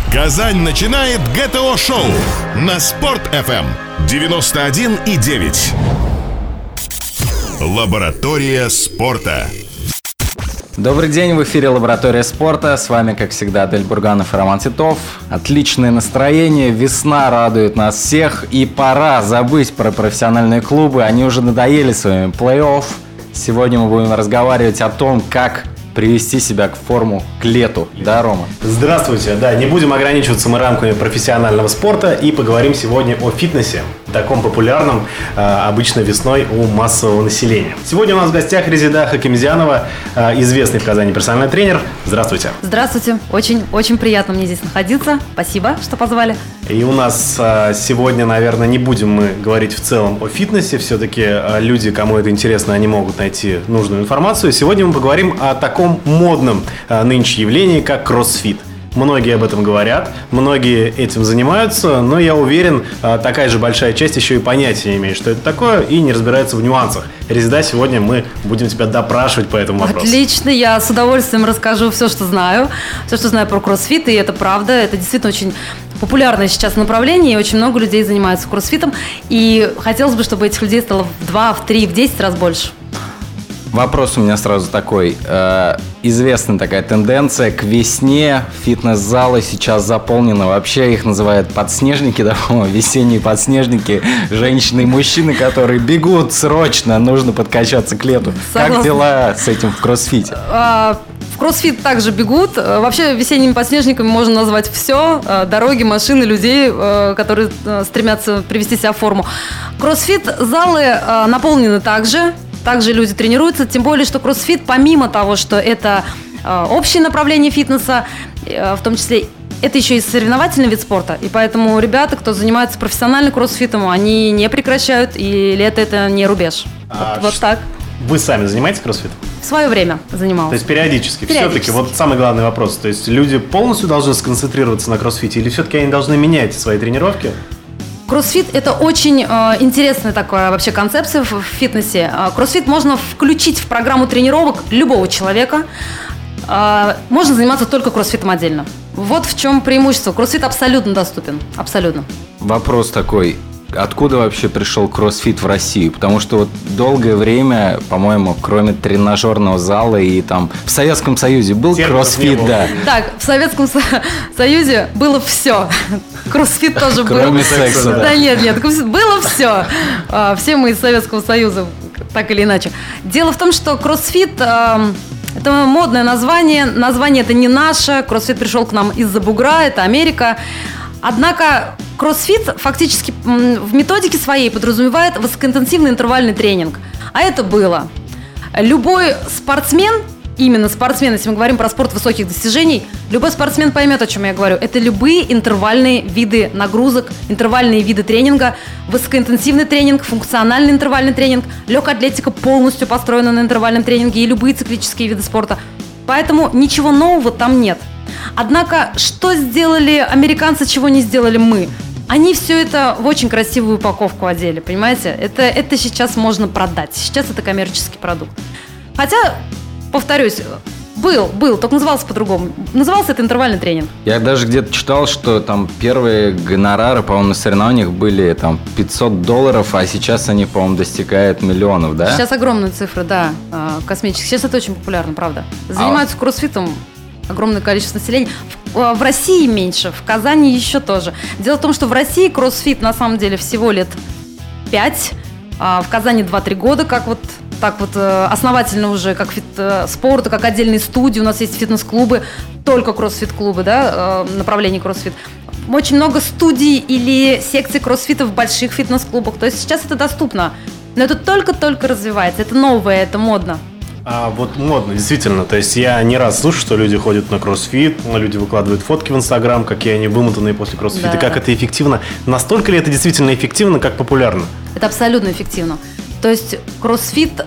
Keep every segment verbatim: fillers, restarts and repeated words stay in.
Казань начинает ГТО-шоу на Спорт-эф эм девяносто один и девять. Лаборатория спорта. Добрый день, в эфире Лаборатория спорта. С вами, как всегда, Адель Бурганов и Роман Титов. Отличное настроение, весна радует нас всех. И пора забыть про профессиональные клубы. Они уже надоели своими плей-офф. Сегодня мы будем разговаривать о том, как привести себя к форму к лету. Да, Рома? Здравствуйте. Да, не будем ограничиваться мы рамками профессионального спорта и поговорим сегодня о фитнесе, таком популярном э, обычно весной у массового населения. Сегодня у нас в гостях Резеда Хакимзянова, э, известный в Казани персональный тренер. Здравствуйте. Здравствуйте. Очень, очень приятно мне здесь находиться. Спасибо, что позвали. И у нас э, сегодня, наверное, не будем мы говорить в целом о фитнесе. Все-таки э, люди, кому это интересно, они могут найти нужную информацию. Сегодня мы поговорим о таком модном э, нынче явлении, как кроссфит. Многие об этом говорят, многие этим занимаются, но я уверен, такая же большая часть еще и понятия не имеет, что это такое, и не разбирается в нюансах. Резеда, сегодня мы будем тебя допрашивать по этому вопросу. Отлично, я с удовольствием расскажу все, что знаю, все, что знаю про кроссфит, и это правда, это действительно очень популярное сейчас направление, и очень много людей занимаются кроссфитом, и хотелось бы, чтобы этих людей стало в два, в три, в десять раз больше. Вопрос у меня сразу такой. Э, известна такая тенденция к весне. Фитнес-залы сейчас заполнены. Вообще их называют подснежники, да, весенние подснежники. Женщины и мужчины, которые бегут срочно. Нужно подкачаться к лету. Согласна. Как дела с этим в кроссфите? А, в кроссфит также бегут. Вообще весенними подснежниками можно назвать все. Дороги, машины, людей, которые стремятся привести себя в форму. Кроссфит-залы наполнены также. Также люди тренируются, тем более, что кроссфит, помимо того, что это э, общее направление фитнеса, э, в том числе это еще и соревновательный вид спорта. И поэтому ребята, кто занимается профессионально кроссфитом, они не прекращают, и лето это не рубеж. А вот, вот так. Вы сами занимаетесь кроссфитом? В свое время занималась. То есть периодически. периодически. Все-таки вот самый главный вопрос. То есть люди полностью должны сконцентрироваться на кроссфите, или все-таки они должны менять свои тренировки? Кроссфит – это очень э, интересная такая вообще концепция в, в фитнесе. Э, кроссфит можно включить в программу тренировок любого человека. Э, можно заниматься только кроссфитом отдельно. Вот в чем преимущество. Кроссфит абсолютно доступен. Абсолютно. Вопрос такой. Откуда вообще пришел кроссфит в Россию? Потому что вот долгое время, по-моему, кроме тренажерного зала и там в Советском Союзе был Терминов кроссфит, да. Так, в Советском Союзе было все. Кроссфит тоже был. Кроме секса, да. Да нет, нет, было все. Все мы из Советского Союза, так или иначе. Дело в том, что кроссфит – это модное название. Название это не наше. Кроссфит пришел к нам из-за бугра, это Америка. Однако кроссфит фактически в методике своей подразумевает высокоинтенсивный интервальный тренинг. А это было. Любой спортсмен, именно спортсмен, если мы говорим про спорт высоких достижений, любой спортсмен поймет, о чем я говорю. Это любые интервальные виды нагрузок, интервальные виды тренинга, высокоинтенсивный тренинг, функциональный интервальный тренинг, легкая атлетика полностью построена на интервальном тренинге и любые циклические виды спорта. Поэтому ничего нового там нет. Однако, что сделали американцы, чего не сделали мы? Они все это в очень красивую упаковку одели, понимаете? Это, это сейчас можно продать. Сейчас это коммерческий продукт. Хотя, повторюсь, был, был, только назывался по-другому. Назывался это интервальный тренинг. Я даже где-то читал, что там первые гонорары, по-моему, на соревнованиях были там пятьсот долларов, а сейчас они, по-моему, достигают миллионов, да? Сейчас огромные цифры, да, космические. Сейчас это очень популярно, правда. Занимаются а... кроссфитом огромное количество населения. В, в России меньше, в Казани еще тоже. Дело в том, что в России кроссфит на самом деле всего лет пять, а в Казани два-три года, как вот так вот основательно уже, как фит-спорт, как отдельные студии. У нас есть фитнес-клубы, только кроссфит-клубы, да, направление кроссфит. Очень много студий или секций кроссфита в больших фитнес-клубах. То есть сейчас это доступно. Но это только-только развивается. Это новое, это модно. А вот модно, действительно. То есть я не раз слышу, что люди ходят на кроссфит, люди выкладывают фотки в Инстаграм, какие они вымотанные после кроссфита, да. Как это эффективно. Настолько ли это действительно эффективно, как популярно? Это абсолютно эффективно. То есть кроссфит,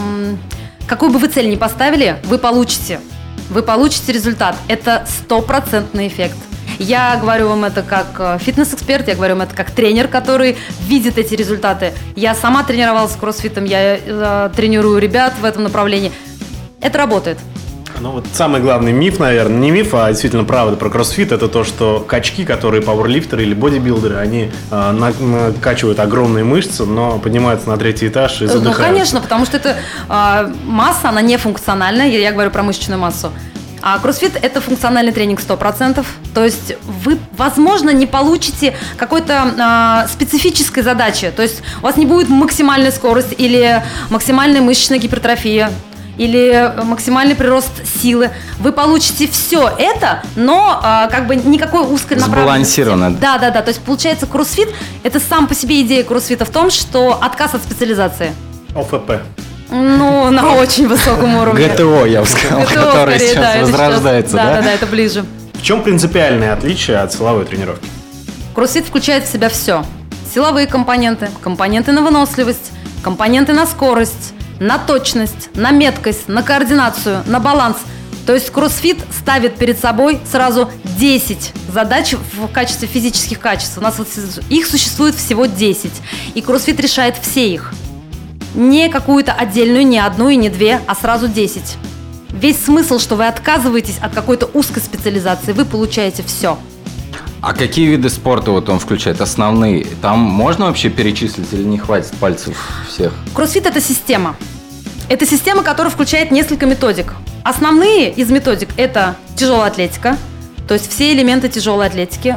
какую бы вы цель ни поставили, вы получите. Вы получите результат. Это стопроцентный эффект. Я говорю вам это как фитнес-эксперт, я говорю вам это как тренер, который видит эти результаты. Я сама тренировалась кроссфитом, я э, тренирую ребят в этом направлении. Это работает. Ну вот самый главный миф, наверное, не миф, а действительно правда про кроссфит, это то, что качки, которые пауэрлифтеры или бодибилдеры, они э, накачивают огромные мышцы, но поднимаются на третий этаж и задыхаются. Ну, конечно, потому что это э, масса, она не функциональная, я говорю про мышечную массу. А кроссфит – это функциональный тренинг сто процентов. То есть вы, возможно, не получите какой-то э, специфической задачи. То есть у вас не будет максимальной скорости или максимальная мышечная гипертрофия, или максимальный прирост силы. Вы получите все это, но э, как бы никакой узкой направленности. Сбалансированно. Да, да, да. То есть получается кроссфит – это сам по себе идея кроссфита в том, что отказ от специализации. ОФП. Ну, на очень высоком уровне. ГТО, я бы сказал, который сейчас возрождается, да? Да, да, да, это ближе. В чем принципиальное отличие от силовой тренировки? Кроссфит включает в себя все. Силовые компоненты, компоненты на выносливость, компоненты на скорость, на точность, на меткость, на координацию, на баланс. То есть кроссфит ставит перед собой сразу десять задач в качестве физических качеств. У нас вот их существует всего десять. И кроссфит решает все их. Не какую-то отдельную, не одну и не две, а сразу десять. Весь смысл, что вы отказываетесь от какой-то узкой специализации, вы получаете все. А какие виды спорта вот он включает? Основные? Там можно вообще перечислить или не хватит пальцев всех? Кроссфит – это система. Это система, которая включает несколько методик. Основные из методик – это тяжелая атлетика, то есть все элементы тяжелой атлетики,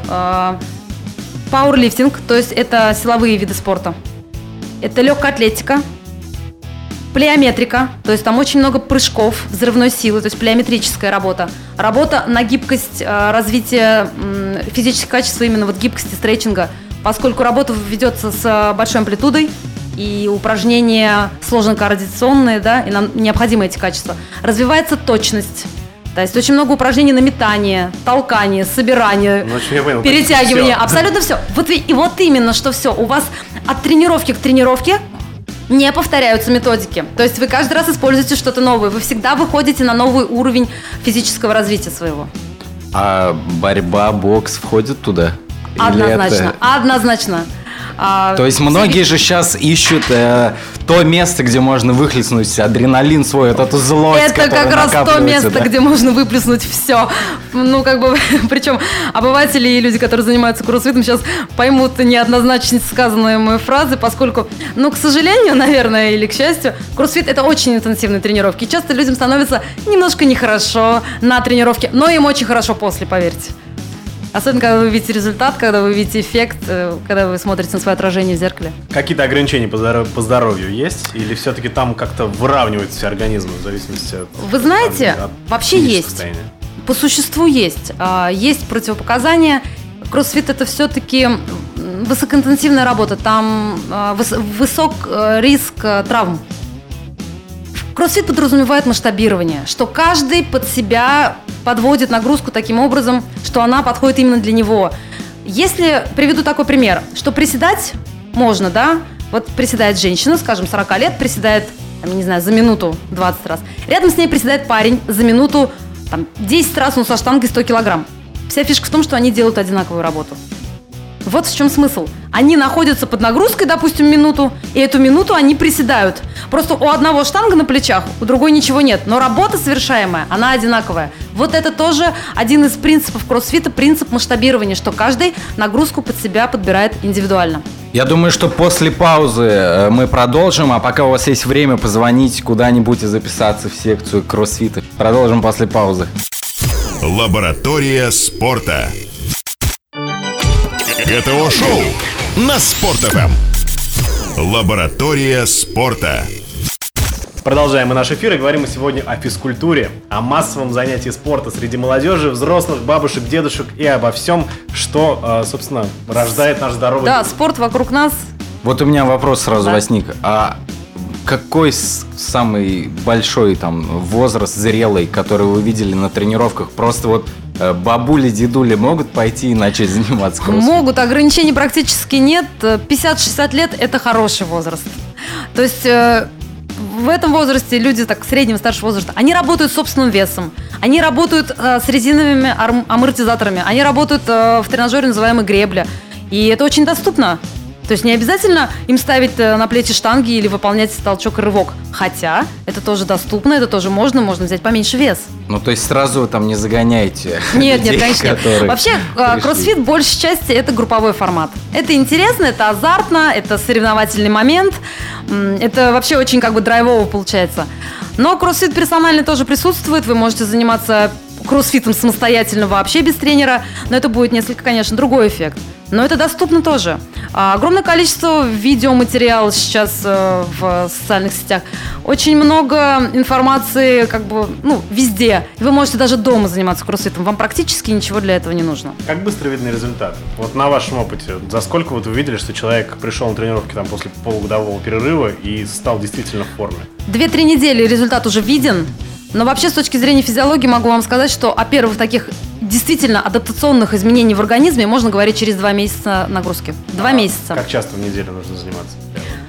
пауэрлифтинг, то есть это силовые виды спорта, это легкая атлетика, плеометрика, то есть там очень много прыжков, взрывной силы, то есть плеометрическая работа. Работа на гибкость, развитие физических качеств, именно вот гибкости, стретчинга, поскольку работа ведется с большой амплитудой, и упражнения сложно-координационные, да, и нам необходимы эти качества. Развивается точность. То есть очень много упражнений на метание, толкание, собирание, ну, я понял, перетягивание. Все. Абсолютно все. Вот, и вот именно, что все. У вас от тренировки к тренировке не повторяются методики. То есть вы каждый раз используете что-то новое. Вы всегда выходите на новый уровень физического развития своего. А борьба, бокс входит туда? Однозначно. Это... Однозначно. А, То есть многие же сейчас ищут э, то место, где можно выхлестнуть адреналин свой, вот эту злость, это как раз то место, да? Где можно выплеснуть все. Ну, как бы, причем обыватели и люди, которые занимаются кроссфитом, сейчас поймут неоднозначно сказанные мои фразы, поскольку, ну, к сожалению, наверное, или к счастью, кроссфит – это очень интенсивные тренировки. И часто людям становится немножко нехорошо на тренировке, но им очень хорошо после, поверьте. Особенно, когда вы видите результат, когда вы видите эффект, когда вы смотрите на свое отражение в зеркале. Какие-то ограничения по здоровью, по здоровью есть? Или все-таки там как-то выравниваются все организмы в зависимости от... Вы знаете, от, от вообще есть. Состояния? По существу есть. Есть противопоказания. Кроссфит – это все-таки высокоинтенсивная работа. Там высок риск травм. Кроссфит подразумевает масштабирование, что каждый под себя подводит нагрузку таким образом, что она подходит именно для него. Если приведу такой пример, что приседать можно, да, вот приседает женщина, скажем, сорок лет, приседает, там, не знаю, за минуту двадцать раз. Рядом с ней приседает парень за минуту там, десять раз, он со штангой сто килограмм. Вся фишка в том, что они делают одинаковую работу. Вот в чем смысл. Они находятся под нагрузкой, допустим, минуту, и эту минуту они приседают. Просто у одного штанга на плечах, у другой ничего нет. Но работа совершаемая, она одинаковая. Вот это тоже один из принципов кроссфита, принцип масштабирования, что каждый нагрузку под себя подбирает индивидуально. Я думаю, что после паузы мы продолжим, а пока у вас есть время позвонить куда-нибудь и записаться в секцию кроссфита. Продолжим после паузы. Лаборатория спорта. ГТО-шоу на Спорт.ФМ. Лаборатория спорта. Продолжаем мы наш эфир и говорим мы сегодня о физкультуре, о массовом занятии спорта среди молодежи, взрослых, бабушек, дедушек и обо всем, что, собственно, рождает наш здоровый... Да, спорт вокруг нас. Вот у меня вопрос сразу да. возник. А какой самый большой там возраст зрелый, который вы видели на тренировках? Просто вот бабули, дедули могут пойти и начать заниматься кроссфитом? Могут, ограничений практически нет. пятьдесят-шестьдесят лет – это хороший возраст. То есть в этом возрасте люди так среднего, старшего возраста, они работают собственным весом, они работают с резиновыми амортизаторами, они работают в тренажере, называемой гребля. И это очень доступно. То есть не обязательно им ставить на плечи штанги или выполнять толчок и рывок. Хотя это тоже доступно, это тоже можно, можно взять поменьше вес. Ну, то есть сразу вы там не загоняйте. Нет, людей, нет, конечно нет. которые Вообще, пришли. кроссфит, большей части, это групповой формат. Это интересно, это азартно, это соревновательный момент. Это вообще очень как бы драйвово получается. Но кроссфит персональный тоже присутствует. Вы можете заниматься кроссфитом самостоятельно вообще без тренера. Но это будет несколько, конечно, другой эффект. Но это доступно тоже. А, огромное количество видеоматериалов сейчас э, в социальных сетях. Очень много информации как бы, ну, везде. Вы можете даже дома заниматься кроссфитом. Вам практически ничего для этого не нужно. Как быстро видны результаты? Вот на вашем опыте, за сколько вот вы видели, что человек пришел на тренировки там, после полугодового перерыва и стал действительно в форме? Две-три недели результат уже виден. Но вообще с точки зрения физиологии могу вам сказать, что о первых таких действительно адаптационных изменений в организме можно говорить через два месяца нагрузки. Два а месяца. Как часто в неделю нужно заниматься?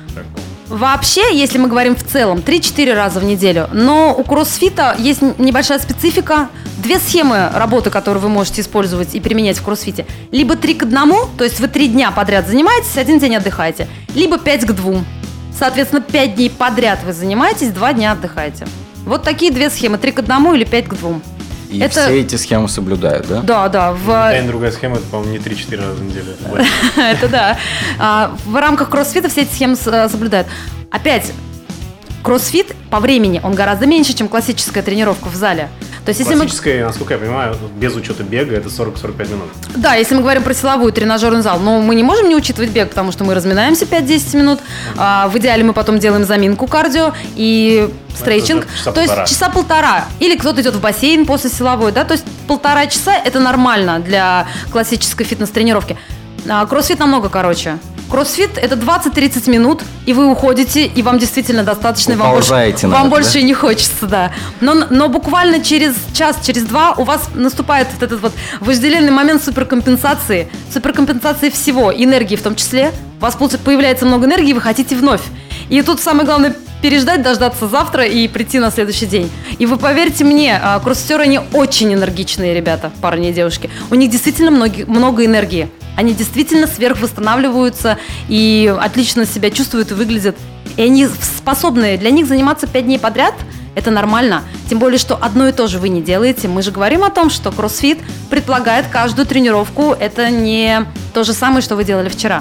Вообще, если мы говорим в целом, три-четыре раза в неделю. Но у кроссфита есть небольшая специфика. Две схемы работы, которые вы можете использовать и применять в кроссфите. Либо три к одному, то есть вы три дня подряд занимаетесь, один день отдыхаете. Либо пять к двум. Соответственно, пять дней подряд вы занимаетесь, два дня отдыхаете. Вот такие две схемы, три к одному или пять к двум. И это... все эти схемы соблюдают, да? Да, да. В... Та и другая схема, это, по-моему, не три-четыре раза в неделю. Это да. В рамках кроссфита все эти схемы соблюдают. Опять, кроссфит по времени, он гораздо меньше, чем классическая тренировка в зале. То есть, если Классическая, мы... насколько я понимаю, без учета бега, это сорок-сорок пять минут. Да, если мы говорим про силовую тренажерный зал, но мы не можем не учитывать бег, потому что мы разминаемся пять-десять минут. А, в идеале мы потом делаем заминку кардио и стрейчинг. Часа то полтора. есть часа полтора. Или кто-то идет в бассейн после силовой, да, то есть полтора часа это нормально для классической фитнес-тренировки. А, кроссфит намного короче. Кроссфит – это двадцать-тридцать минут, и вы уходите, и вам действительно достаточно, и вам больше, Уползаете вам надо, больше да? и не хочется, да. Но, но буквально через час, через два у вас наступает вот этот вот вожделенный момент суперкомпенсации, суперкомпенсации всего, энергии в том числе. У вас появляется много энергии, вы хотите вновь. И тут самое главное – переждать, дождаться завтра и прийти на следующий день. И вы поверьте мне, кроссфитеры, они очень энергичные ребята, парни и девушки. У них действительно много, много энергии. Они действительно сверхвосстанавливаются и отлично себя чувствуют и выглядят. И они способны, для них заниматься пять дней подряд – это нормально. Тем более, что одно и то же вы не делаете. Мы же говорим о том, что кроссфит предполагает каждую тренировку. Это не то же самое, что вы делали вчера.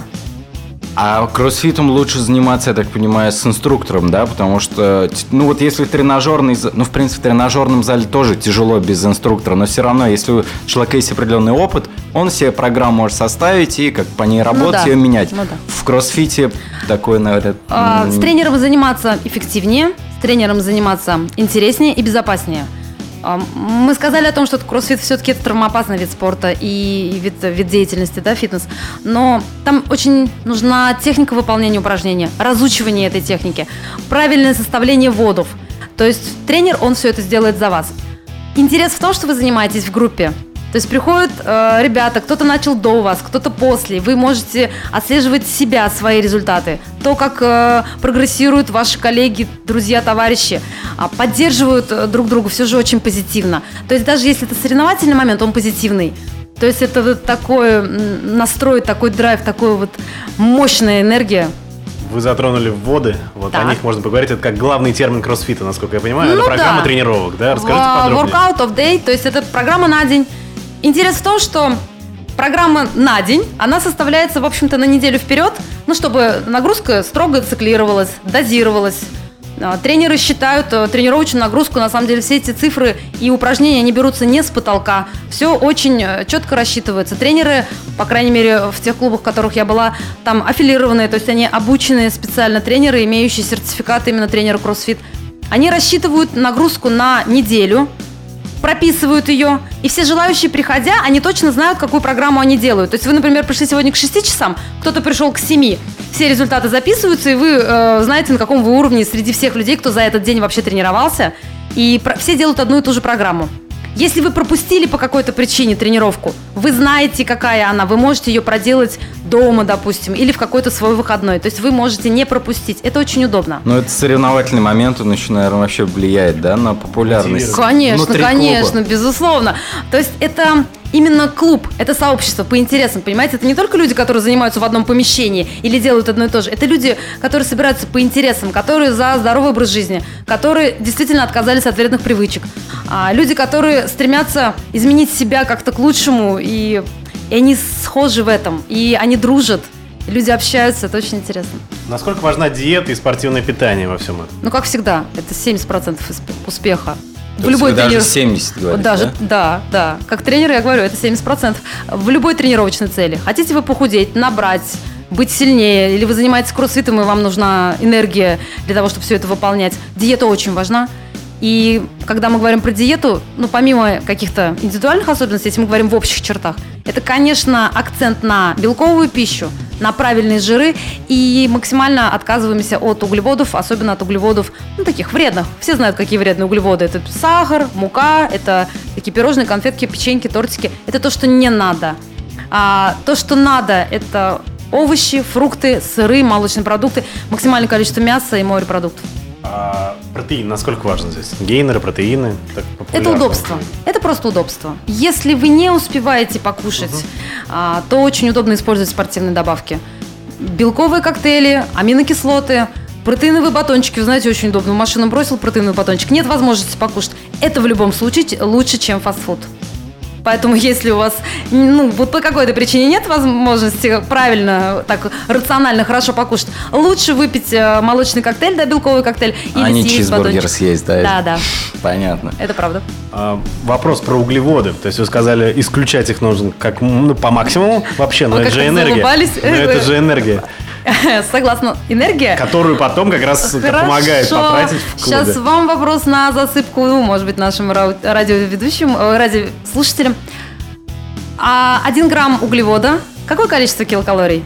А кроссфитом лучше заниматься, я так понимаю, с инструктором, да? Потому что, ну вот если в тренажерный, ну в принципе в тренажерном зале тоже тяжело без инструктора, но все равно, если у человека есть определенный опыт, он себе программу может составить и как по ней работать, ну да. ее менять. Ну да. В кроссфите такое, наверное... А, с тренером заниматься эффективнее, с тренером заниматься интереснее и безопаснее. Мы сказали о том, что кроссфит все-таки это травмоопасный вид спорта и вид, вид деятельности, да, фитнес. Но там очень нужна техника выполнения упражнения, разучивание этой техники, правильное составление вводов. То есть тренер, он все это сделает за вас. Интерес в том, что вы занимаетесь в группе. То есть приходят э, ребята, кто-то начал до вас, кто-то после. Вы можете отслеживать себя, свои результаты. То, как э, прогрессируют ваши коллеги, друзья, товарищи. Э, поддерживают э, друг друга, все же очень позитивно. То есть даже если это соревновательный момент, он позитивный. То есть это вот такой настрой, такой драйв, такая вот мощная энергия. Вы затронули вводы, вот так. О них можно поговорить. Это как главный термин кроссфита, насколько я понимаю. Ну, это программа да. тренировок, да? Расскажите uh, подробнее. Workout of day, то есть это программа на день. Интерес в том, что программа на день, она составляется, в общем-то, на неделю вперед, ну, чтобы нагрузка строго циклировалась, дозировалась. Тренеры считают тренировочную нагрузку, на самом деле все эти цифры и упражнения, они берутся не с потолка. Все очень четко рассчитывается. Тренеры, по крайней мере, в тех клубах, в которых я была, там аффилированные, то есть они обученные специально тренеры, имеющие сертификат именно тренера кроссфит. Они рассчитывают нагрузку на неделю, прописывают ее, и все желающие, приходя, они точно знают, какую программу они делают. То есть вы, например, пришли сегодня к шести часам, кто-то пришел к семи, все результаты записываются, и вы э, знаете, на каком вы уровне среди всех людей, кто за этот день вообще тренировался, и про- все делают одну и ту же программу. Если вы пропустили по какой-то причине тренировку, вы знаете, какая она, вы можете ее проделать дома, допустим, или в какой-то свой выходной. То есть вы можете не пропустить. Это очень удобно. Ну, это соревновательный момент, он еще, наверное, вообще влияет, да, на популярность. Конечно, внутри конечно, клуба. безусловно. То есть это именно клуб – это сообщество по интересам, понимаете? Это не только люди, которые занимаются в одном помещении или делают одно и то же. Это люди, которые собираются по интересам, которые за здоровый образ жизни, которые действительно отказались от вредных привычек. А люди, которые стремятся изменить себя как-то к лучшему, и, и они схожи в этом, и они дружат. Люди общаются, это очень интересно. Насколько важна диета и спортивное питание во всем этом? Ну, как всегда, это семьдесят процентов успеха. То в любой тренер... даже семьдесят говорите, даже, да? Да, да. Как тренер я говорю, это семьдесят процентов. В любой тренировочной цели. Хотите вы похудеть, набрать, быть сильнее, или вы занимаетесь кроссфитом, и вам нужна энергия для того, чтобы все это выполнять. Диета очень важна. И когда мы говорим про диету, ну, помимо каких-то индивидуальных особенностей, если мы говорим в общих чертах, это, конечно, акцент на белковую пищу, на правильные жиры, и максимально отказываемся от углеводов, особенно от углеводов, ну, таких вредных. Все знают, какие вредные углеводы. Это сахар, мука, это такие пирожные, конфетки, печеньки, тортики. Это то, что не надо. А то, что надо, это овощи, фрукты, сыры, молочные продукты, максимальное количество мяса и морепродуктов. А протеин насколько важен здесь? Гейнеры, протеины? Это удобство. Это просто удобство. Если вы не успеваете покушать, угу. а, то очень удобно использовать спортивные добавки. Белковые коктейли, аминокислоты, протеиновые батончики. Вы знаете, очень удобно. В машину бросил протеиновый батончик. Нет возможности покушать. Это в любом случае лучше, чем фастфуд. Поэтому если у вас, ну, вот по какой-то причине нет возможности правильно, так, рационально, хорошо покушать, лучше выпить молочный коктейль, да, белковый коктейль, или а съесть чизбургер батончик. съесть, да? Да, да. Понятно. Это правда. А, вопрос про углеводы. То есть вы сказали, исключать их нужно как, ну, по максимуму вообще, но Ой, это же энергия. Но это же энергия. Согласна. Энергия. Которую потом как раз Хорошо. помогает потратить в клубе. Сейчас вам вопрос на засыпку, ну, может быть, нашим радиоведущим, радиослушателям. А один грамм углевода, какое количество килокалорий?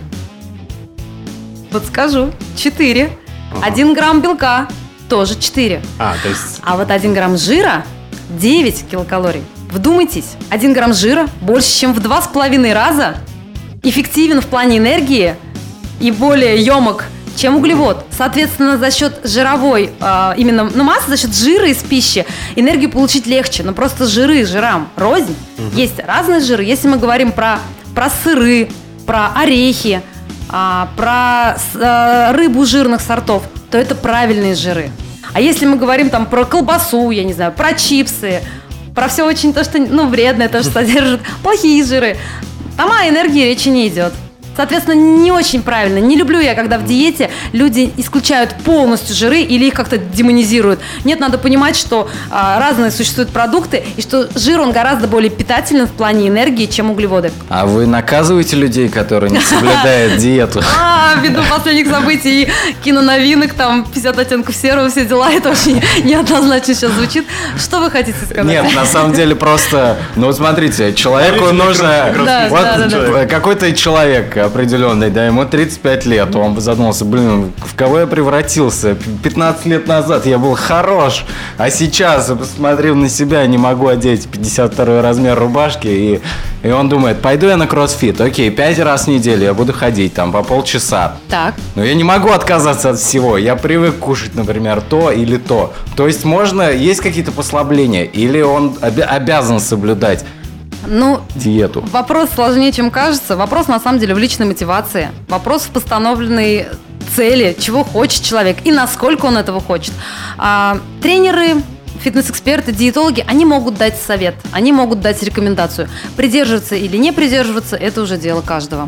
Вот скажу, четыре. Ага. Один грамм белка, тоже четыре. А, то есть... а вот один грамм жира, девять килокалорий. Вдумайтесь, один грамм жира больше, чем в два с половиной раза эффективен в плане энергии и более емок, чем углевод. Соответственно, за счет жировой, э, именно ну, массы, за счет жира из пищи энергию получить легче. Но просто жиры жирам рознь. Угу. Есть разные жиры. Если мы говорим про, про сыры, про орехи, э, про э, рыбу жирных сортов, то это правильные жиры. А если мы говорим там про колбасу, я не знаю, про чипсы, про все очень то, что ну, вредное, то, что содержит плохие жиры, там о энергии речи не идет. Соответственно, не очень правильно. Не люблю я, когда в диете люди исключают полностью жиры или их как-то демонизируют. Нет, надо понимать, что а, разные существуют продукты, и что жир, он гораздо более питателен в плане энергии, чем углеводы. А вы наказываете людей, которые не соблюдают диету? А, ввиду последних событий и киноновинок, там, пятьдесят оттенков серого, все дела, это очень неоднозначно сейчас звучит. Что вы хотите сказать? Нет, на самом деле просто, ну вот смотрите, человеку нужно... Вот какой-то человек определенный, да, ему тридцать пять лет, он задумался, блин, в кого я превратился? пятнадцать лет назад я был хорош, а сейчас, посмотрев на себя, не могу одеть пятьдесят второй размер рубашки, и, и он думает, пойду я на кроссфит, окей, пять раз в неделю я буду ходить там по полчаса. Так. Но я не могу отказаться от всего, я привык кушать, например, то или то. То есть можно, есть какие-то послабления, или он оби- обязан соблюдать Ну, диету? Вопрос сложнее, чем кажется. Вопрос, на самом деле, в личной мотивации. Вопрос в постановленной цели, чего хочет человек и насколько он этого хочет. А, тренеры, фитнес-эксперты, диетологи, они могут дать совет, они могут дать рекомендацию. Придерживаться или не придерживаться – это уже дело каждого.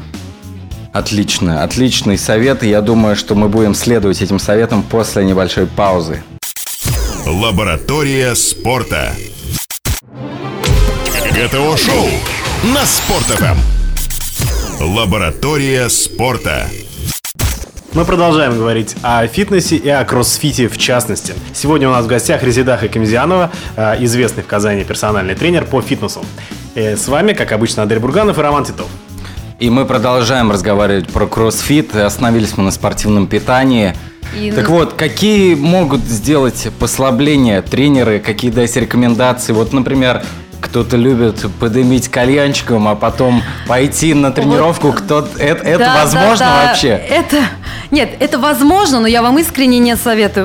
Отлично, отличный совет. И я думаю, что мы будем следовать этим советам после небольшой паузы. Лаборатория спорта. ГТО-шоу на Спорт.ФМ. Лаборатория спорта. Мы продолжаем говорить о фитнесе и о кроссфите в частности. Сегодня у нас в гостях Резеда Хакимзянова, известный в Казани персональный тренер по фитнесу. И с вами, как обычно, Адель Бурганов и Роман Титов. И мы продолжаем разговаривать про кроссфит. Остановились мы на спортивном питании. И... Так вот, какие могут сделать послабления тренеры, какие дать рекомендации? Вот, например, кто-то любит подымить кальянчиком, а потом пойти на тренировку. Вот. Кто... Это, это да, возможно да, да. вообще? Это... Нет, это возможно, но я вам искренне не советую.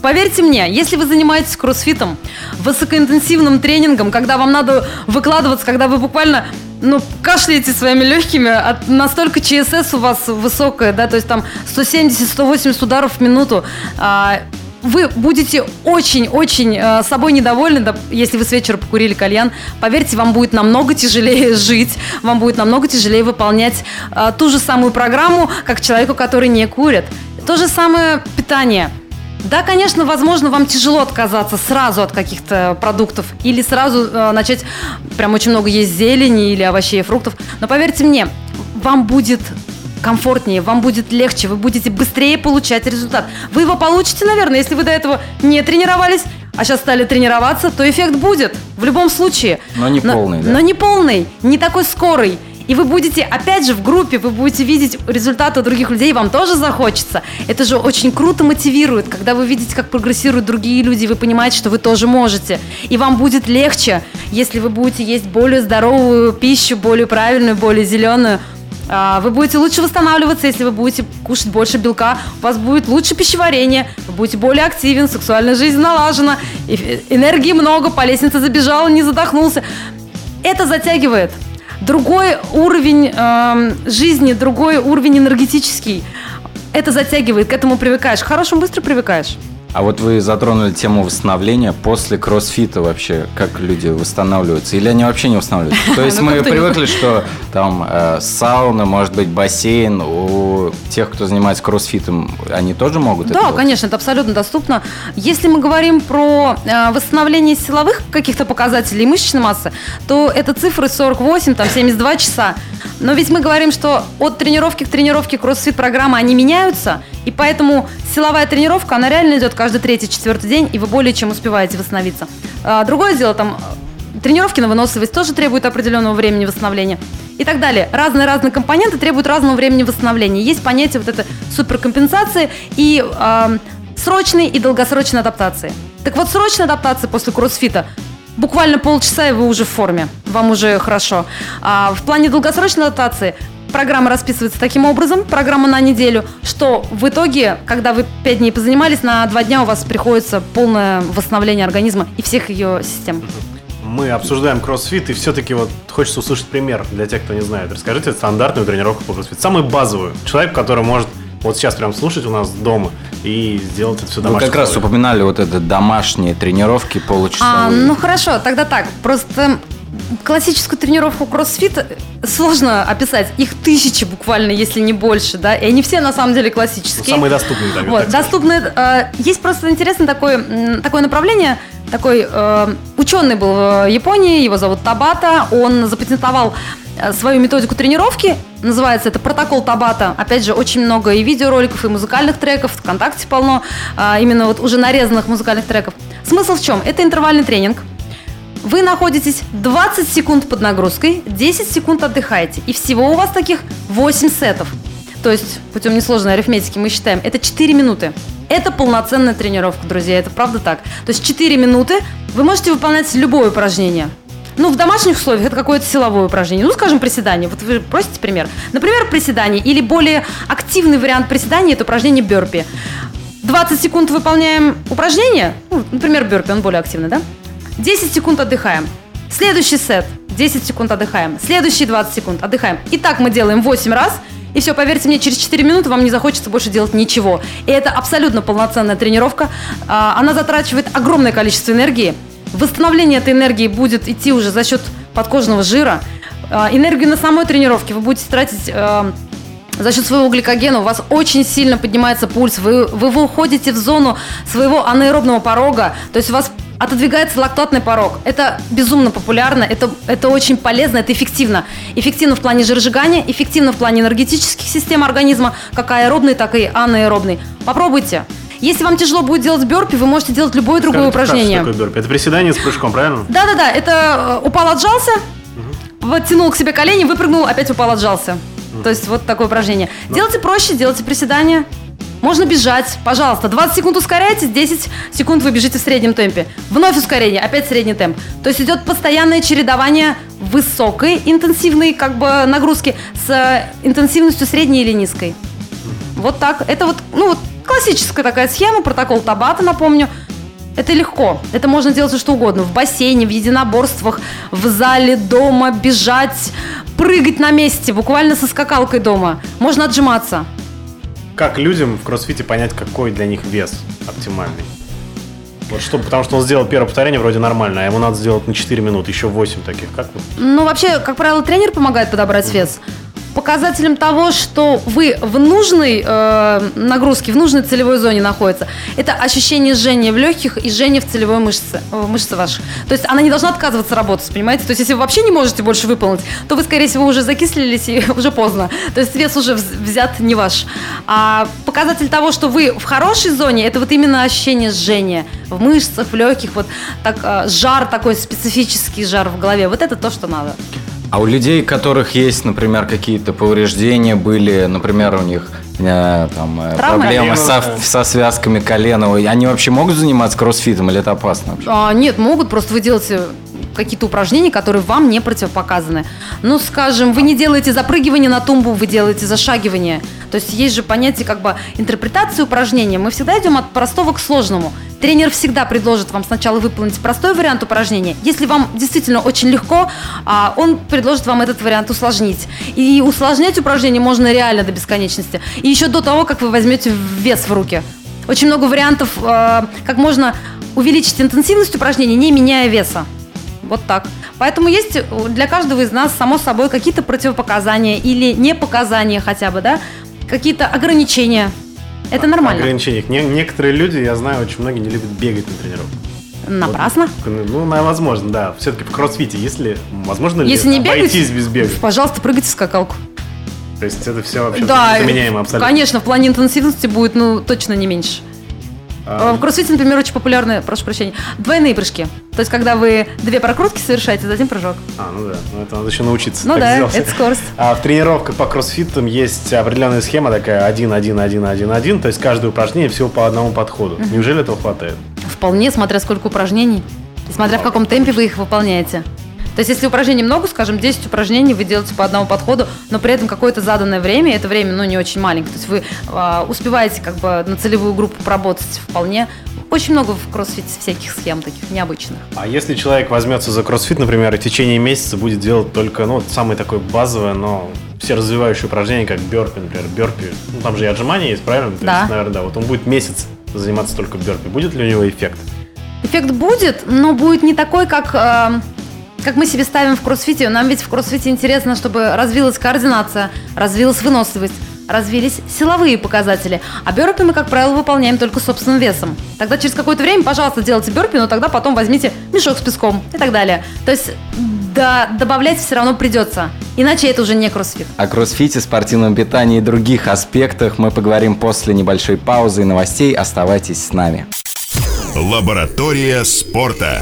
поверьте мне, если вы занимаетесь кроссфитом, высокоинтенсивным тренингом, когда вам надо выкладываться, когда вы буквально ну, кашляете своими легкими, от, настолько ЧСС у вас высокая, да, то есть там сто семьдесят - сто восемьдесят ударов в минуту, а, вы будете очень-очень э, собой недовольны, да, если вы с вечера покурили кальян. Поверьте, вам будет намного тяжелее жить, вам будет намного тяжелее выполнять э, ту же самую программу, как человеку, который не курит. То же самое питание. Да, конечно, возможно, вам тяжело отказаться сразу от каких-то продуктов или сразу э, начать прям очень много есть зелени или овощей и фруктов. Но поверьте мне, вам будет комфортнее, вам будет легче, вы будете быстрее получать результат. Вы его получите, наверное, если вы до этого не тренировались, а сейчас стали тренироваться, то эффект будет в любом случае. Но не но, полный, да? Но не полный, не такой скорый. И вы будете, опять же, в группе, вы будете видеть результаты других людей, вам тоже захочется. Это же очень круто мотивирует, когда вы видите, как прогрессируют другие люди, вы понимаете, что вы тоже можете. И вам будет легче, если вы будете есть более здоровую пищу, более правильную, более зеленую. Вы будете лучше восстанавливаться, если вы будете кушать больше белка, у вас будет лучше пищеварение, вы будете более активен, сексуальная жизнь налажена, энергии много, по лестнице забежал, не задохнулся. Это затягивает. Другой уровень э, жизни, другой уровень энергетический. Это затягивает, к этому привыкаешь. К хорошему быстро привыкаешь. А вот вы затронули тему восстановления после кроссфита вообще, как люди восстанавливаются, или они вообще не восстанавливаются? То есть мы привыкли, что там э, сауна, может быть, бассейн, у тех, кто занимается кроссфитом, они тоже могут это делать? Да, конечно, это абсолютно доступно. Если мы говорим про э, восстановление силовых каких-то показателей мышечной массы, то это цифры сорок восемь, там, семьдесят два часа. Но ведь мы говорим, что от тренировки к тренировке кроссфит-программы, они меняются, и поэтому силовая тренировка, она реально идет каждый третий-четвертый день, и вы более чем успеваете восстановиться. А, другое дело, там, тренировки на выносливость тоже требуют определенного времени восстановления и так далее. Разные-разные компоненты требуют разного времени восстановления. Есть понятие вот этой суперкомпенсации и э, срочной и долгосрочной адаптации. Так вот, срочная адаптация после кроссфита буквально полчаса, и вы уже в форме, вам уже хорошо. А в плане долгосрочной адаптации программа расписывается таким образом, программа на неделю, что в итоге, когда вы пять дней позанимались, на два дня у вас приходится полное восстановление организма и всех ее систем. Мы обсуждаем кроссфит, и все-таки вот хочется услышать пример для тех, кто не знает. Расскажите стандартную тренировку по кроссфиту, самую базовую. Человек, который может вот сейчас прям слушать у нас дома и сделать это все домашнее. Вы как раз упоминали вот это домашние тренировки получасовые. А, ну хорошо, тогда так. Просто классическую тренировку кроссфит сложно описать. Их тысячи буквально, если не больше, да. И они все на самом деле классические. Ну, самые доступные, да. Вот, доступные. Э, есть просто интересное такое, такое направление. Такой э, ученый был в Японии, его зовут Табата. Он запатентовал свою методику тренировки. Называется это протокол Табата. Опять же, очень много и видеороликов, и музыкальных треков. ВКонтакте полно а, именно вот уже нарезанных музыкальных треков. Смысл в чем? Это интервальный тренинг. Вы находитесь двадцать секунд под нагрузкой, десять секунд отдыхаете. И всего у вас таких восемь сетов. То есть, путем несложной арифметики мы считаем, это четыре минуты. Это полноценная тренировка, друзья, это правда так. То есть четыре минуты вы можете выполнять любое упражнение. Ну, в домашних условиях это какое-то силовое упражнение. Ну, скажем, приседание. Вот вы просите пример. Например, приседание или более активный вариант приседания – это упражнение бёрпи. двадцать секунд выполняем упражнение. Ну, например, бёрпи, он более активный, да? десять секунд отдыхаем. Следующий сет – десять секунд отдыхаем. Следующие двадцать секунд отдыхаем. И так мы делаем восемь раз. И все, поверьте мне, через четыре минуты вам не захочется больше делать ничего. И это абсолютно полноценная тренировка. Она затрачивает огромное количество энергии. Восстановление этой энергии будет идти уже за счет подкожного жира. Энергию на самой тренировке вы будете тратить э, за счет своего гликогена. У вас очень сильно поднимается пульс. Вы, вы выходите в зону своего анаэробного порога. То есть у вас отодвигается лактатный порог. Это безумно популярно, это, это очень полезно, это эффективно. Эффективно в плане жиросжигания, эффективно в плане энергетических систем организма, как аэробный, так и анаэробный. Попробуйте. Если вам тяжело будет делать бёрпи, вы можете делать любое другое Скажите, упражнение. Что такое бёрпи? Это приседание с прыжком, правильно? Да-да-да, это упал, отжался, угу. подтянул к себе колени, выпрыгнул, опять упал, отжался. Угу. То есть вот такое упражнение. Но... Делайте проще, делайте приседания. Можно бежать, пожалуйста. двадцать секунд ускоряйтесь, десять секунд вы бежите в среднем темпе. Вновь ускорение, опять средний темп. То есть идет постоянное чередование высокой интенсивной как бы нагрузки с интенсивностью средней или низкой. Вот так. Это вот, ну вот классическая такая схема, протокол Табата, напомню. Это легко. Это можно делать все что угодно. В бассейне, в единоборствах, в зале, дома, бежать, прыгать на месте, буквально со скакалкой дома. Можно отжиматься. Как людям в кроссфите понять, какой для них вес оптимальный? Вот что, потому что он сделал первое повторение вроде нормально, а ему надо сделать на четыре минуты, еще восемь таких. Как вот? Ну, вообще, как правило, тренер помогает подобрать вес. Показателем того, что вы в нужной э, нагрузке, в нужной целевой зоне находится, это ощущение жжения в легких и жжения в целевой мышце, в мышце ваших. То есть она не должна отказываться работать, понимаете? То есть если вы вообще не можете больше выполнить, то вы, скорее всего, уже закислились и уже поздно. То есть вес уже взят не ваш. А показатель того, что вы в хорошей зоне, это вот именно ощущение жжения в мышцах, в легких, вот так, э, жар такой, специфический жар в голове. Вот это то, что надо. А у людей, у которых есть, например, какие-то повреждения были, например, у них э, там, э, проблемы со, со связками колена, они вообще могут заниматься кроссфитом или это опасно вообще? А, нет, могут, просто вы делаете какие-то упражнения, которые вам не противопоказаны. Ну, скажем, вы не делаете запрыгивание на тумбу, вы делаете зашагивание. То есть есть же понятие как бы интерпретации упражнения. Мы всегда идем от простого к сложному. Тренер всегда предложит вам сначала выполнить простой вариант упражнения. Если вам действительно очень легко, он предложит вам этот вариант усложнить. И усложнять упражнение можно реально до бесконечности. И еще до того, как вы возьмете вес в руки. Очень много вариантов, как можно увеличить интенсивность упражнений, не меняя веса. Вот так. Поэтому есть для каждого из нас, само собой, какие-то противопоказания или непоказания хотя бы, да, какие-то ограничения. Это нормально. Ограничения. Не, некоторые люди, я знаю, очень многие не любят бегать на тренировках. Напрасно? Вот, ну, возможно, да. Все-таки в кроссфите, если возможно ли если не обойтись без бега? Пожалуйста, прыгайте в скакалку. То есть это все вообще да, заменяемо абсолютно? Конечно, в плане интенсивности будет, ну, точно не меньше. А... В кроссфите, например, очень популярны, прошу прощения, двойные прыжки. То есть, когда вы две прокрутки совершаете, затем прыжок. А, ну да, ну это надо еще научиться. Ну так да, сделать. это скорость. А в тренировках по кроссфитам есть определенная схема такая один, один, один, один, один. То есть, каждое упражнение всего по одному подходу. Uh-huh. Неужели этого хватает? Вполне, смотря сколько упражнений. И смотря в каком темпе вы их выполняете. То есть, если упражнений много, скажем, десять упражнений вы делаете по одному подходу, но при этом какое-то заданное время, это время, ну, не очень маленькое. То есть, вы э, успеваете как бы на целевую группу поработать вполне. Очень много в кроссфите всяких схем таких необычных. А если человек возьмется за кроссфит, например, и в течение месяца будет делать только, ну, самое такое базовое, но все развивающие упражнения, как бёрпи, например, бёрпи, ну, там же и отжимания есть, правильно? То да. есть, наверное, да. Вот он будет месяц заниматься только бёрпи. Будет ли у него эффект? Эффект будет, но будет не такой, как... Э, как мы себе ставим в кроссфите. Нам ведь в кроссфите интересно, чтобы развилась координация, развилась выносливость, развились силовые показатели. А бёрпи мы, как правило, выполняем только собственным весом. Тогда через какое-то время, пожалуйста, делайте бёрпи, но тогда потом возьмите мешок с песком и так далее. То есть да, добавлять все равно придется. Иначе это уже не кроссфит. О кроссфите, спортивном питании и других аспектах мы поговорим после небольшой паузы и новостей. Оставайтесь с нами. Лаборатория спорта.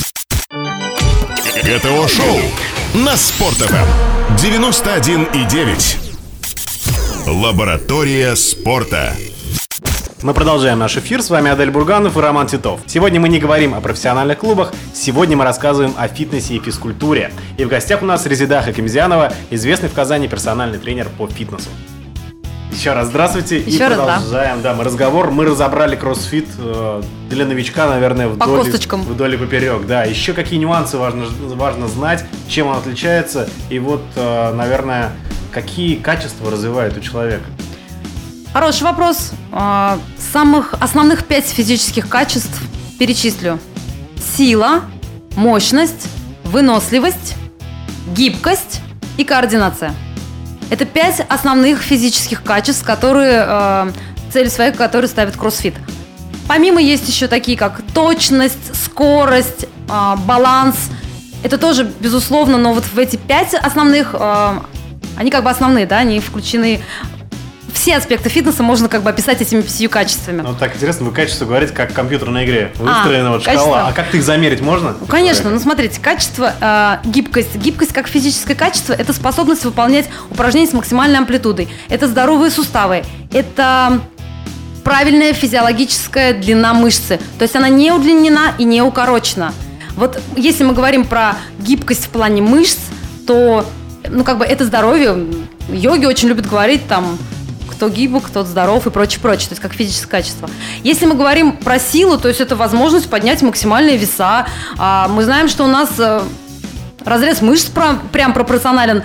ГТО-шоу на Спорт.ФМ девяносто один и девять. Лаборатория спорта. Мы продолжаем наш эфир. С вами Адель Бурганов и Роман Титов. Сегодня мы не говорим о профессиональных клубах. Сегодня мы рассказываем о фитнесе и физкультуре. И в гостях у нас Резида Хакимзянова, известный в Казани персональный тренер по фитнесу. Еще раз здравствуйте. Еще и раз, продолжаем да. Да, мы разговор. Мы разобрали кроссфит э, для новичка, наверное, вдоль, по косточкам. Вдоль и поперек. Да. Еще какие нюансы важно, важно знать, чем он отличается. И вот, э, наверное, какие качества развивает у человека. Хороший вопрос. Самых основных пять физических качеств перечислю. Сила, мощность, выносливость, гибкость и координация. Это пять основных физических качеств, которые, э, цели своей, которые ставит кроссфит. Помимо есть еще такие, как точность, скорость, э, баланс. Это тоже, безусловно, но вот в эти пять основных, э, они как бы основные, да, они включены... Все аспекты фитнеса можно как бы описать этими пятью качествами. Ну, так интересно, вы качество говорите, как в компьютерной игре. Выстроена а, вот шкала. Качество. А как ты их замерить можно? Ну, конечно. Ну, смотрите, качество, э, гибкость. Гибкость как физическое качество – это способность выполнять упражнения с максимальной амплитудой. Это здоровые суставы. Это правильная физиологическая длина мышцы. То есть она не удлинена и не укорочена. Вот если мы говорим про гибкость в плане мышц, то, ну, как бы это здоровье. Йоги очень любят говорить там... Кто кто гибок, кто здоров и прочее, прочее, то есть как физическое качество. Если мы говорим про силу, то есть это возможность поднять максимальные веса. Мы знаем, что у нас разрез мышц прям пропорционален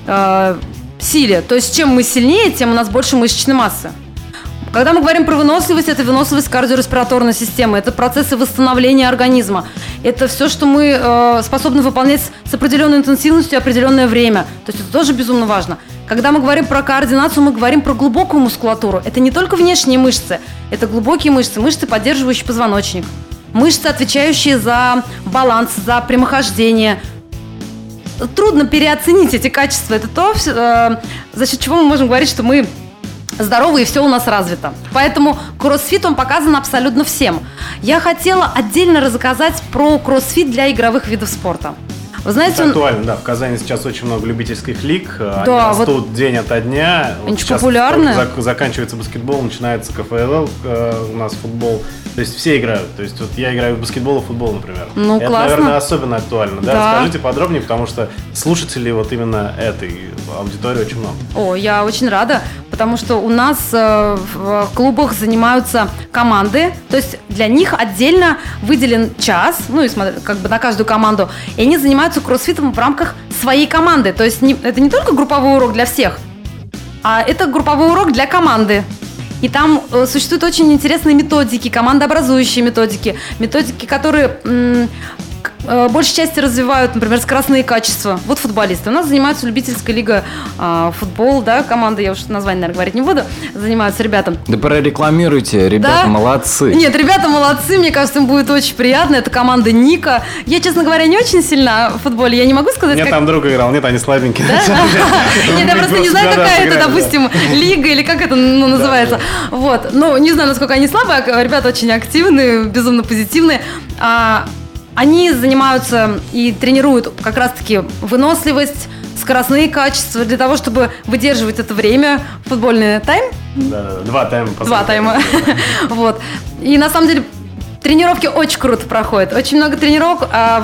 силе, то есть чем мы сильнее, тем у нас больше мышечной массы. Когда мы говорим про выносливость, это выносливость кардиореспираторной системы, это процессы восстановления организма. Это все, что мы э, способны выполнять с определенной интенсивностью определенное время. То есть это тоже безумно важно. Когда мы говорим про координацию, мы говорим про глубокую мускулатуру. Это не только внешние мышцы, это глубокие мышцы, мышцы, поддерживающие позвоночник, мышцы, отвечающие за баланс, за прямохождение. Трудно переоценить эти качества. Это то, э, за счет чего мы можем говорить, что мы здоровы и все у нас развито. Поэтому кроссфит, он показан абсолютно всем. Я хотела отдельно рассказать про кроссфит для игровых видов спорта. Вы знаете, это актуально, он... да. В Казани сейчас очень много любительских лиг. Да, они растут вот день ото дня. Они вот популярны. Зак- заканчивается баскетбол, начинается ка эф эл, э, у нас футбол. То есть все играют. То есть вот я играю в баскетбол и футбол, например. Ну, это, классно. наверное, особенно актуально. Да? Да. Расскажите подробнее, потому что слушателей вот именно этой аудитории очень много. О, я очень рада, потому что у нас э, в клубах занимаются команды, то есть для них отдельно выделен час, ну и смотри, как бы на каждую команду, и они занимаются кроссфитом в рамках своей команды. То есть не, это не только групповой урок для всех, а это групповой урок для команды. И там э, существуют очень интересные методики, командообразующие методики, методики, которые м- э, большей части развивают, например, скоростные качества. Вот футболисты. У нас занимаются любительская лига э, футбол, да, команда, я уж название, наверное, говорить не буду, занимаются ребята. Да прорекламируйте, ребята, да? молодцы. Нет, ребята молодцы, мне кажется, им будет очень приятно. Это команда Ника. Я, честно говоря, не очень сильна в футболе, я не могу сказать, Нет, как... там друг играл, нет, они слабенькие. Нет, я просто не знаю, какая это, допустим, лига или как это называется. Вот, ну, не знаю, насколько они слабые, ребята очень активные, безумно позитивные. Они занимаются и тренируют как раз-таки выносливость, скоростные качества для того, чтобы выдерживать это время. Футбольный тайм? Да, да, два тайма. Два тайма. Вот. И на самом деле тренировки очень круто проходят. Очень много тренировок,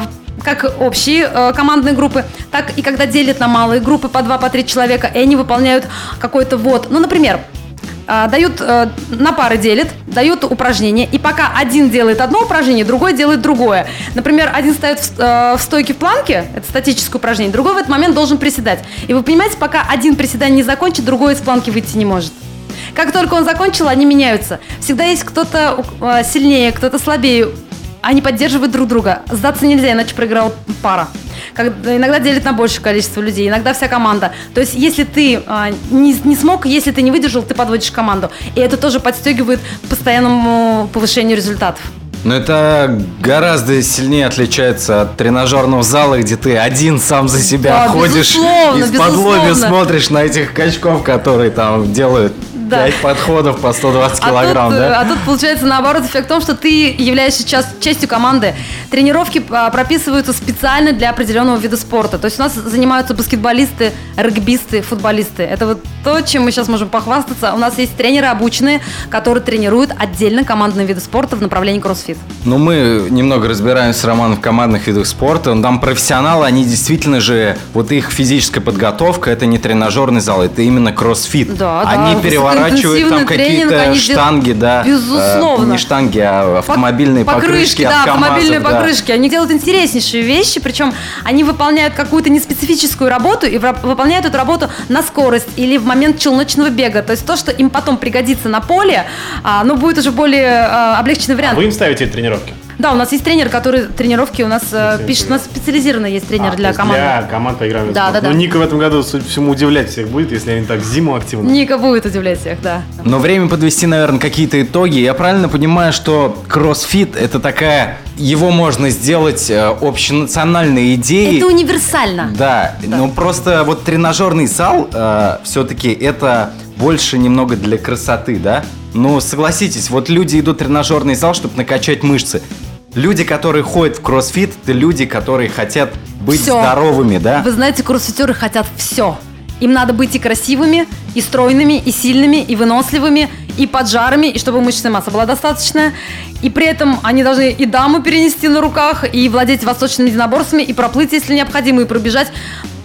как общие командные группы, так и когда делят на малые группы по два, по три человека, и они выполняют какой-то вот. Ну, например, дают, на пары делят, дают упражнение, и пока один делает одно упражнение, другой делает другое. Например, один стоит в, в стойке в планке, это статическое упражнение, другой в этот момент должен приседать. И вы понимаете, пока один приседание не закончит, другой из планки выйти не может. Как только он закончил, они меняются. Всегда есть кто-то сильнее, кто-то слабее. Они поддерживают друг друга. Сдаться нельзя, иначе проиграла пара. Когда, иногда делят на большее количество людей, иногда вся команда. То есть, если ты а, не, не смог, если ты не выдержал, ты подводишь команду. И это тоже подстегивает к постоянному повышению результатов. Но это гораздо сильнее отличается от тренажерного зала, где ты один сам за себя да, ходишь безусловно, из-под лоби безусловно. смотришь на этих качков, которые там делают да. пять подходов по сто двадцать а килограмм, тут, да? А тут получается наоборот эффект в том, что ты являешься часть, частью команды. Тренировки прописываются специально для определенного вида спорта. То есть у нас занимаются баскетболисты, регбисты, футболисты. Это вот то, чем мы сейчас можем похвастаться. У нас есть тренеры обученные, которые тренируют отдельно командные виды спорта в направлении кроссфит. Ну, мы немного разбираемся с Романом в командных видах спорта. Там профессионалы, они действительно же, вот их физическая подготовка, это не тренажерный зал, это именно кроссфит. Да, они да, переворачивают там тренинг, какие-то штанги, да. Безусловно. Э, не штанги, а автомобильные покрышки, покрышки от да, КамАЗов, автомобильные да. покрышки. Они делают интереснейшие вещи, причем они выполняют какую-то неспецифическую работу и выполняют эту работу на скорость или в момент челночного бега. То есть то, что им потом пригодится на поле, а, ну, будет уже более а, облегченный вариант. А вы им ставите тренировки? Да, у нас есть тренер, который тренировки у нас э, пишет. У нас специализированно есть тренер а, для команды. Для команд по игровым Да, да, да. Ну, Ника в этом году, судя по всему, удивлять всех будет, если они так зиму активно. Ника будет удивлять всех, да. Но время подвести, наверное, какие-то итоги. Я правильно понимаю, что кроссфит – это такая… Его можно сделать э, общенациональной идеей. Это универсально. Да, да. Но просто вот тренажерный зал э, все-таки это больше немного для красоты, да? Ну, согласитесь, вот люди идут в тренажерный зал, чтобы накачать мышцы. Люди, которые ходят в кроссфит, это люди, которые хотят быть Всё. здоровыми, да? Вы знаете, кроссфитеры хотят все. Им надо быть и красивыми, и стройными, и сильными, и выносливыми, и поджарами, и чтобы мышечная масса была достаточная. И при этом они должны и даму перенести на руках, и владеть восточными единоборствами, и проплыть, если необходимо, и пробежать.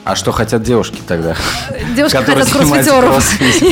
А что хотят девушки тогда? Девушки Которые хотят занимаются кроссфитеров. кроссфитом.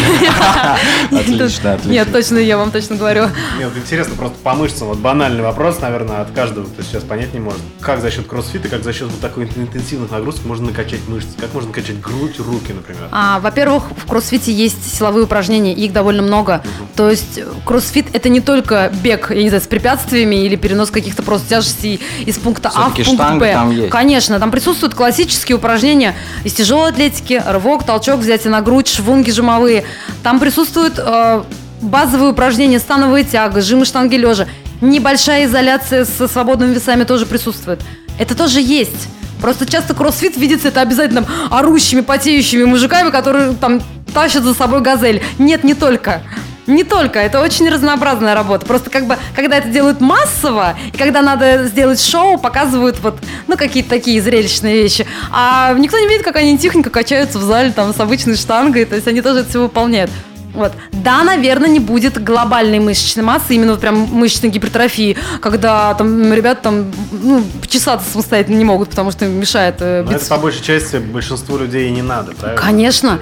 Отлично, отлично. Нет, точно, я вам точно говорю. Мне вот интересно, просто по мышцам, вот банальный вопрос, наверное, от каждого, кто сейчас понять не может. Как за счет кроссфита, как за счет вот такой интенсивных нагрузок можно накачать мышцы? Как можно накачать грудь, руки, например? А, во-первых, в кроссфите есть силовые упражнения, их довольно много. Угу. То есть кроссфит – это не только бег, я не знаю, с препятствиями или перенос каких-то просто тяжестей из пункта Все-таки А в пункт штанга Б. Там есть. Конечно, там присутствуют классические упражнения из тяжелой атлетики, рывок, толчок, взятие на грудь, швунги жимовые. Там присутствуют э, базовые упражнения, становая тяга, жимы штанги лежа. Небольшая изоляция со свободными весами тоже присутствует. Это тоже есть. Просто часто кроссфит видится это обязательно орущими, потеющими мужиками, которые там тащат за собой газель. Нет, не только. Не только, это очень разнообразная работа. Просто как бы, когда это делают массово, и когда надо сделать шоу, показывают вот, ну, какие-то такие зрелищные вещи. А никто не видит, как они тихонько качаются в зале там с обычной штангой, то есть они тоже это все выполняют. Вот. Да, наверное, не будет глобальной мышечной массы, именно вот прям мышечной гипертрофии, когда там ребята там, ну, почесаться самостоятельно не могут, потому что им мешает э, Но это по большей части большинству людей и не надо, правильно? Конечно.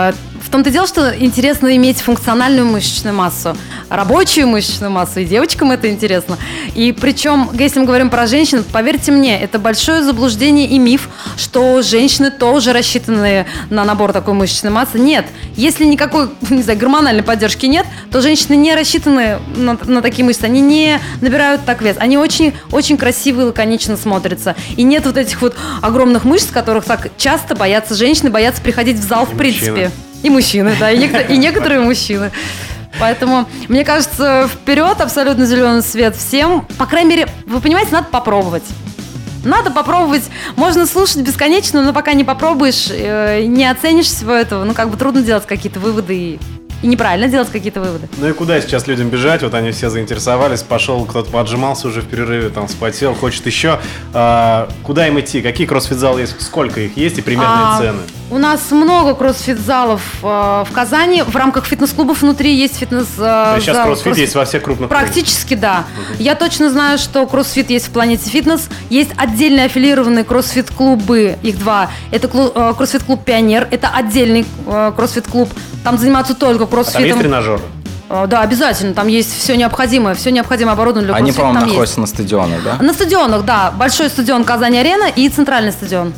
В том-то и дело, что интересно иметь функциональную мышечную массу, рабочую мышечную массу, и девочкам это интересно. И причем, если мы говорим про женщин, поверьте мне, это большое заблуждение и миф, что женщины тоже рассчитаны на набор такой мышечной массы. Нет. Если никакой, не знаю, гормональной поддержки нет, то женщины не рассчитаны на, на такие мышцы, они не набирают так вес. Они очень, очень красиво и лаконично смотрятся. И нет вот этих вот огромных мышц, которых так часто боятся женщины, боятся приходить в зал, и в принципе. Мужчины. И мужчины, да, и, некотор- и некоторые мужчины. Поэтому, мне кажется, вперед, абсолютно зеленый свет всем. По крайней мере, вы понимаете, надо попробовать. Надо попробовать. Можно слушать бесконечно, но пока не попробуешь, э, не оценишь всего этого, ну, как бы трудно делать какие-то выводы и... И неправильно делать какие-то выводы. Ну и куда сейчас людям бежать? Вот они все заинтересовались, пошел, кто-то поотжимался уже в перерыве, там вспотел, хочет еще. А, куда им идти? Какие кроссфит-залы есть? Сколько их есть и примерные а, цены? У нас много кроссфит-залов э, в Казани. В рамках фитнес-клубов внутри есть фитнес-зал. Э, сейчас кроссфит кросс... есть во всех крупных клубах? Практически, да. Угу. Я точно знаю, что кроссфит есть в Планете Фитнес. Есть отдельные аффилированные кроссфит-клубы, их два. Это клуб, э, кроссфит-клуб «Пионер», это отдельный э, кроссфит-клуб. Там занимаются только кроссфитом. А там есть тренажеры? Да, обязательно. Там есть все необходимое, все необходимое оборудование для Они, кроссфита. Они, по-моему, там находятся есть. на стадионах, да? На стадионах, да. Большой стадион Казань-Арена и центральный стадион.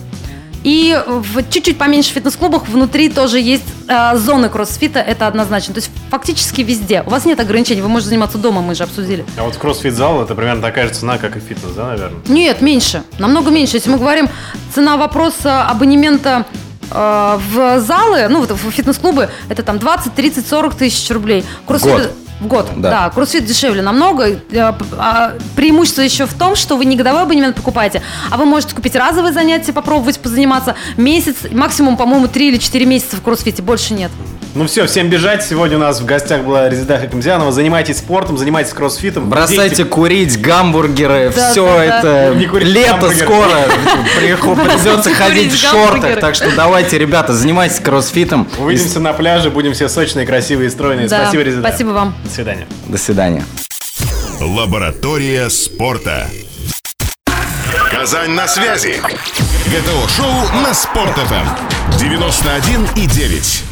И в чуть-чуть поменьше фитнес-клубах внутри тоже есть э, зоны кроссфита, это однозначно. То есть фактически везде. У вас нет ограничений, вы можете заниматься дома, мы же обсудили. А вот кроссфит-зал, это примерно такая же цена, как и фитнес, да, наверное? Нет, меньше, намного меньше. Если мы говорим, цена вопроса абонемента э, в залы, ну вот в фитнес-клубы, это там двадцать, тридцать, сорок тысяч рублей. Кроссфит... Год. В год, да. да. Кроссфит дешевле намного. Преимущество еще в том, что вы не годовой абонемент покупаете, а вы можете купить разовые занятия, попробовать позаниматься месяц, максимум, по-моему, три или четыре месяца в кроссфите, больше нет. Ну все, всем бежать. Сегодня у нас в гостях была Резеда Хакимзянова. Занимайтесь спортом, занимайтесь кроссфитом. Бросайте Дети... курить, гамбургеры, да, все да, это. Да. Лето скоро, придется ходить в шортах. Так что давайте, ребята, занимайтесь кроссфитом. Увидимся на пляже, будем все сочные, красивые и стройные. Спасибо, Резеда. Спасибо вам. До свидания. До свидания. Лаборатория спорта. Казань на связи. ГТО-шоу на Спорт-ФМ девяносто один и девять.